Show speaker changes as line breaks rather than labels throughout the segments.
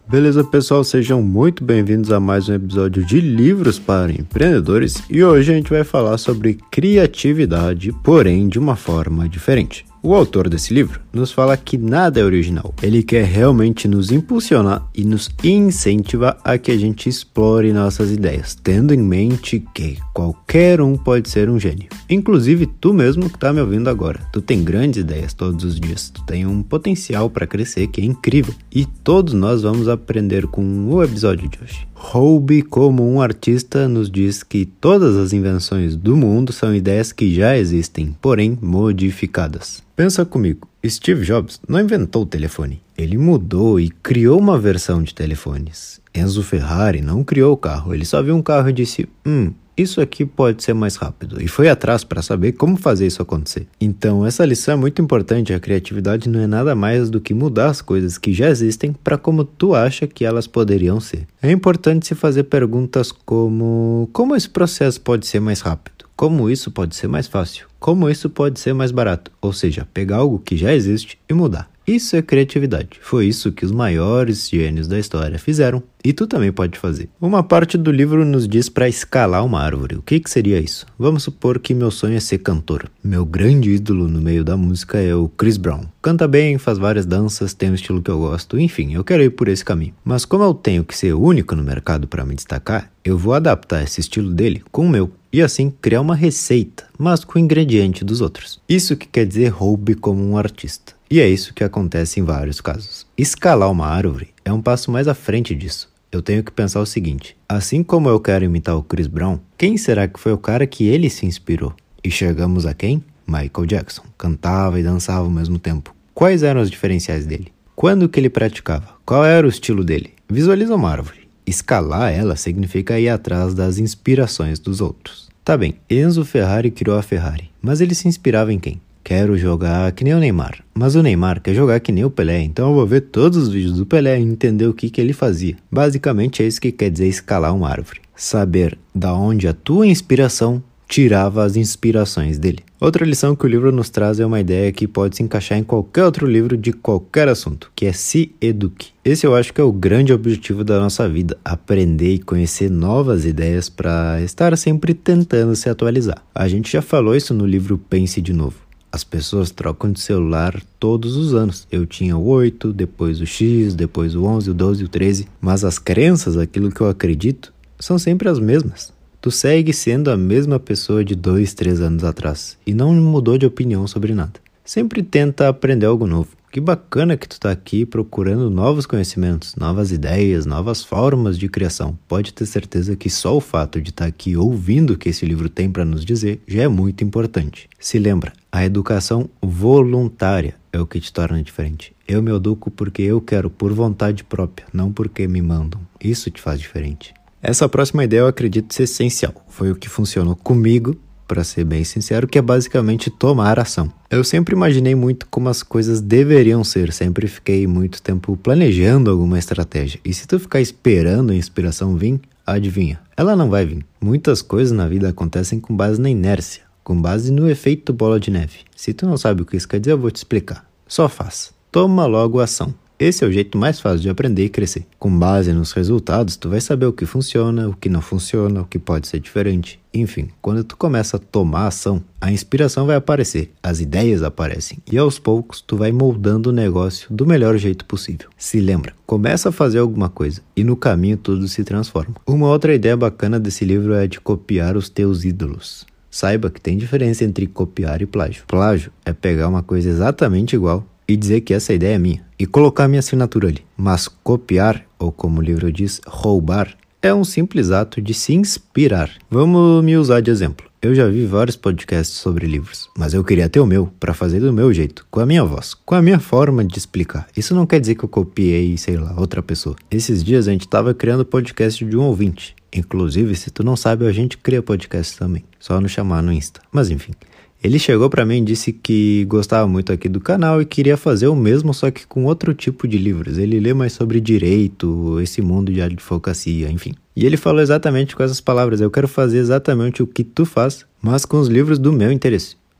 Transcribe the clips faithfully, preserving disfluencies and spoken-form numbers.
Beleza, pessoal? Sejam muito bem-vindos a mais um episódio de Livros para Empreendedores e hoje a gente vai falar sobre criatividade, porém de uma forma diferente. O autor desse livro nos fala que nada é original. Ele quer realmente nos impulsionar e nos incentivar a que a gente explore nossas ideias, tendo em mente que qualquer um pode ser um gênio. Inclusive tu mesmo que está me ouvindo agora. Tu tem grandes ideias todos os dias. Tu tem um potencial para crescer que é incrível. E todos nós vamos aprender com o episódio de hoje. Roube como um artista nos diz que todas as invenções do mundo são ideias que já existem, porém modificadas. Pensa comigo, Steve Jobs não inventou o telefone, ele mudou e criou uma versão de telefones. Enzo Ferrari não criou o carro, ele só viu um carro e disse, hum, isso aqui pode ser mais rápido, e foi atrás para saber como fazer isso acontecer. Então essa lição é muito importante, a criatividade não é nada mais do que mudar as coisas que já existem para como tu acha que elas poderiam ser. É importante se fazer perguntas como, como esse processo pode ser mais rápido? Como isso pode ser mais fácil? Como isso pode ser mais barato? Ou seja, pegar algo que já existe e mudar. Isso é criatividade. Foi isso que os maiores gênios da história fizeram. E tu também pode fazer. Uma parte do livro nos diz para escalar uma árvore. O que, que seria isso? Vamos supor que meu sonho é ser cantor. Meu grande ídolo no meio da música é o Chris Brown. Canta bem, faz várias danças, tem um estilo que eu gosto. Enfim, eu quero ir por esse caminho. Mas como eu tenho que ser único no mercado para me destacar, eu vou adaptar esse estilo dele com o meu. E assim criar uma receita, mas com o ingrediente dos outros. Isso que quer dizer roube como um artista. E é isso que acontece em vários casos. Escalar uma árvore é um passo mais à frente disso. Eu tenho que pensar o seguinte, assim como eu quero imitar o Chris Brown, quem será que foi o cara que ele se inspirou? E chegamos a quem? Michael Jackson. Cantava e dançava ao mesmo tempo. Quais eram os diferenciais dele? Quando que ele praticava? Qual era o estilo dele? Visualiza uma árvore. Escalar ela significa ir atrás das inspirações dos outros. Tá bem, Enzo Ferrari criou a Ferrari, mas ele se inspirava em quem? Quero jogar que nem o Neymar, mas o Neymar quer jogar que nem o Pelé, então eu vou ver todos os vídeos do Pelé e entender o que, que ele fazia. Basicamente é isso que quer dizer escalar uma árvore. Saber da onde a tua inspiração tirava as inspirações dele. Outra lição que o livro nos traz é uma ideia que pode se encaixar em qualquer outro livro de qualquer assunto, que é se eduque. Esse eu acho que é o grande objetivo da nossa vida, aprender e conhecer novas ideias para estar sempre tentando se atualizar. A gente já falou isso no livro Pense de Novo. As pessoas trocam de celular todos os anos. Eu tinha o oito, depois o X, depois o onze, o doze e o treze. Mas as crenças, aquilo que eu acredito, são sempre as mesmas. Tu segue sendo a mesma pessoa de dois, três anos atrás e não mudou de opinião sobre nada. Sempre tenta aprender algo novo. Que bacana que tu tá aqui procurando novos conhecimentos, novas ideias, novas formas de criação. Pode ter certeza que só o fato de estar aqui ouvindo o que esse livro tem para nos dizer já é muito importante. Se lembra, a educação voluntária é o que te torna diferente. Eu me educo porque eu quero por vontade própria, não porque me mandam. Isso te faz diferente. Essa próxima ideia eu acredito ser essencial. Foi o que funcionou comigo, para ser bem sincero, que é basicamente tomar ação. Eu sempre imaginei muito como as coisas deveriam ser, sempre fiquei muito tempo planejando alguma estratégia. E se tu ficar esperando a inspiração vir, adivinha, ela não vai vir. Muitas coisas na vida acontecem com base na inércia, com base no efeito bola de neve. Se tu não sabe o que isso quer dizer, eu vou te explicar. Só faz. Toma logo ação. Esse é o jeito mais fácil de aprender e crescer. Com base nos resultados, tu vai saber o que funciona, o que não funciona, o que pode ser diferente. Enfim, quando tu começa a tomar ação, a inspiração vai aparecer, as ideias aparecem e aos poucos tu vai moldando o negócio do melhor jeito possível. Se lembra, começa a fazer alguma coisa e no caminho tudo se transforma. Uma outra ideia bacana desse livro é de copiar os teus ídolos. Saiba que tem diferença entre copiar e plágio. Plágio é pegar uma coisa exatamente igual e dizer que essa ideia é minha, e colocar minha assinatura ali. Mas copiar, ou como o livro diz, roubar, é um simples ato de se inspirar. Vamos me usar de exemplo. Eu já vi vários podcasts sobre livros, mas eu queria ter o meu, para fazer do meu jeito, com a minha voz, com a minha forma de explicar. Isso não quer dizer que eu copiei, sei lá, outra pessoa. Esses dias a gente estava criando podcast de um ouvinte. Inclusive, se tu não sabe, a gente cria podcast também. Só nos chamar no Insta. Mas enfim. Ele chegou pra mim e disse que gostava muito aqui do canal e queria fazer o mesmo, só que com outro tipo de livros. Ele lê mais sobre direito, esse mundo de advocacia, enfim. E ele falou exatamente com essas palavras, eu quero fazer exatamente o que tu faz, mas com os livros do meu interesse.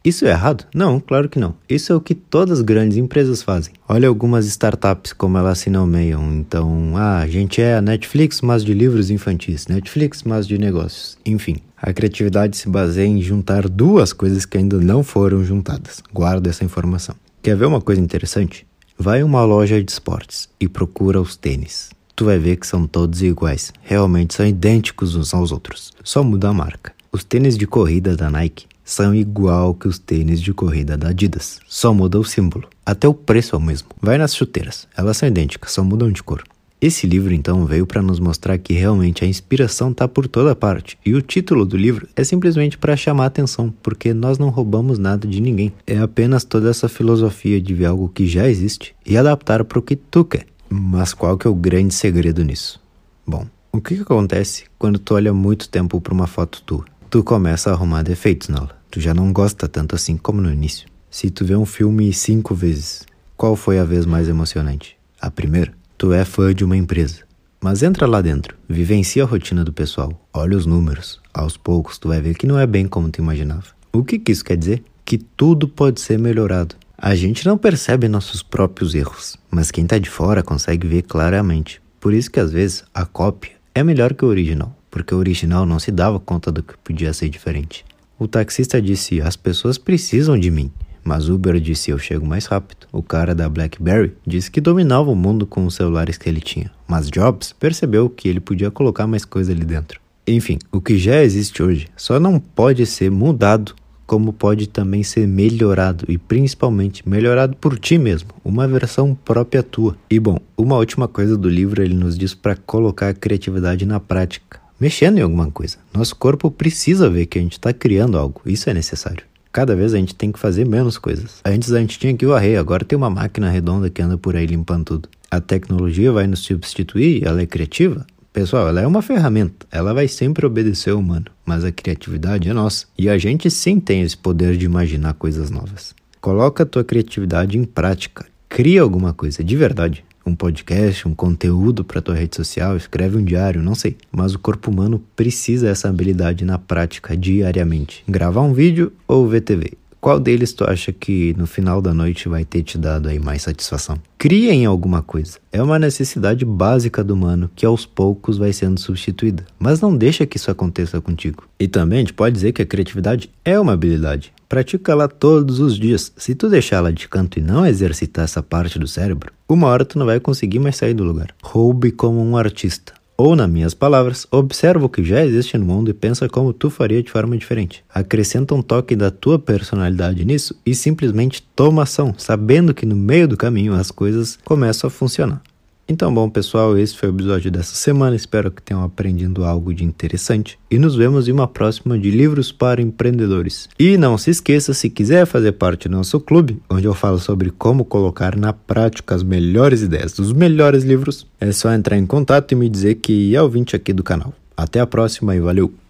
Isso é errado? Não, claro que não. Isso é o que todas as grandes empresas fazem. Olha algumas startups como elas se nomeiam. Então, ah, a gente é a Netflix, mas de livros infantis. Netflix, mas de negócios. Enfim, a criatividade se baseia em juntar duas coisas que ainda não foram juntadas. Guarda essa informação. Quer ver uma coisa interessante? Vai a uma loja de esportes e procura os tênis. Tu vai ver que são todos iguais. Realmente são idênticos uns aos outros. Só muda a marca. Os tênis de corrida da Nike são igual que os tênis de corrida da Adidas. Só muda o símbolo. Até o preço é o mesmo. Vai nas chuteiras. Elas são idênticas, só mudam de cor. Esse livro, então, veio para nos mostrar que realmente a inspiração está por toda parte. E o título do livro é simplesmente para chamar a atenção, porque nós não roubamos nada de ninguém. É apenas toda essa filosofia de ver algo que já existe e adaptar para o que tu quer. Mas qual que é o grande segredo nisso? Bom, o que, que acontece quando tu olha muito tempo para uma foto tua? Tu começa a arrumar defeitos nela. Tu já não gosta tanto assim como no início. Se tu vê um filme cinco vezes, qual foi a vez mais emocionante? A primeira? Tu é fã de uma empresa. Mas entra lá dentro, vivencia a rotina do pessoal, olha os números. Aos poucos tu vai ver que não é bem como tu imaginava. O que que isso quer dizer? Que tudo pode ser melhorado. A gente não percebe nossos próprios erros, mas quem tá de fora consegue ver claramente. Por isso que às vezes a cópia é melhor que o original, porque o original não se dava conta do que podia ser diferente. O taxista disse, as pessoas precisam de mim, mas Uber disse, eu chego mais rápido. O cara da BlackBerry disse que dominava o mundo com os celulares que ele tinha, mas Jobs percebeu que ele podia colocar mais coisa ali dentro. Enfim, o que já existe hoje só não pode ser mudado, como pode também ser melhorado, e principalmente melhorado por ti mesmo, uma versão própria tua. E bom, uma última coisa do livro, ele nos diz para colocar a criatividade na prática, mexendo em alguma coisa. Nosso corpo precisa ver que a gente está criando algo, isso é necessário. Cada vez a gente tem que fazer menos coisas. Antes a gente tinha que varrer, agora tem uma máquina redonda que anda por aí limpando tudo. A tecnologia vai nos substituir, ela é criativa? Pessoal, ela é uma ferramenta, ela vai sempre obedecer ao humano, mas a criatividade é nossa. E a gente sim tem esse poder de imaginar coisas novas. Coloca a tua criatividade em prática, cria alguma coisa de verdade. Um podcast, um conteúdo para tua rede social, escreve um diário, não sei. Mas o corpo humano precisa dessa habilidade na prática diariamente. Gravar um vídeo ou ver T V. Qual deles tu acha que no final da noite vai ter te dado aí mais satisfação? Cria em alguma coisa. É uma necessidade básica do humano que aos poucos vai sendo substituída. Mas não deixa que isso aconteça contigo. E também a gente pode dizer que a criatividade é uma habilidade. Pratica ela todos os dias. Se tu deixar ela de canto e não exercitar essa parte do cérebro, uma hora tu não vai conseguir mais sair do lugar. Roube como um artista. Ou, nas minhas palavras, observa o que já existe no mundo e pensa como tu faria de forma diferente. Acrescenta um toque da tua personalidade nisso e simplesmente toma ação, sabendo que no meio do caminho as coisas começam a funcionar. Então, bom, pessoal, esse foi o episódio dessa semana. Espero que tenham aprendido algo de interessante. E nos vemos em uma próxima de Livros para Empreendedores. E não se esqueça, se quiser fazer parte do nosso clube, onde eu falo sobre como colocar na prática as melhores ideias dos melhores livros, é só entrar em contato e me dizer que é ouvinte aqui do canal. Até a próxima e valeu!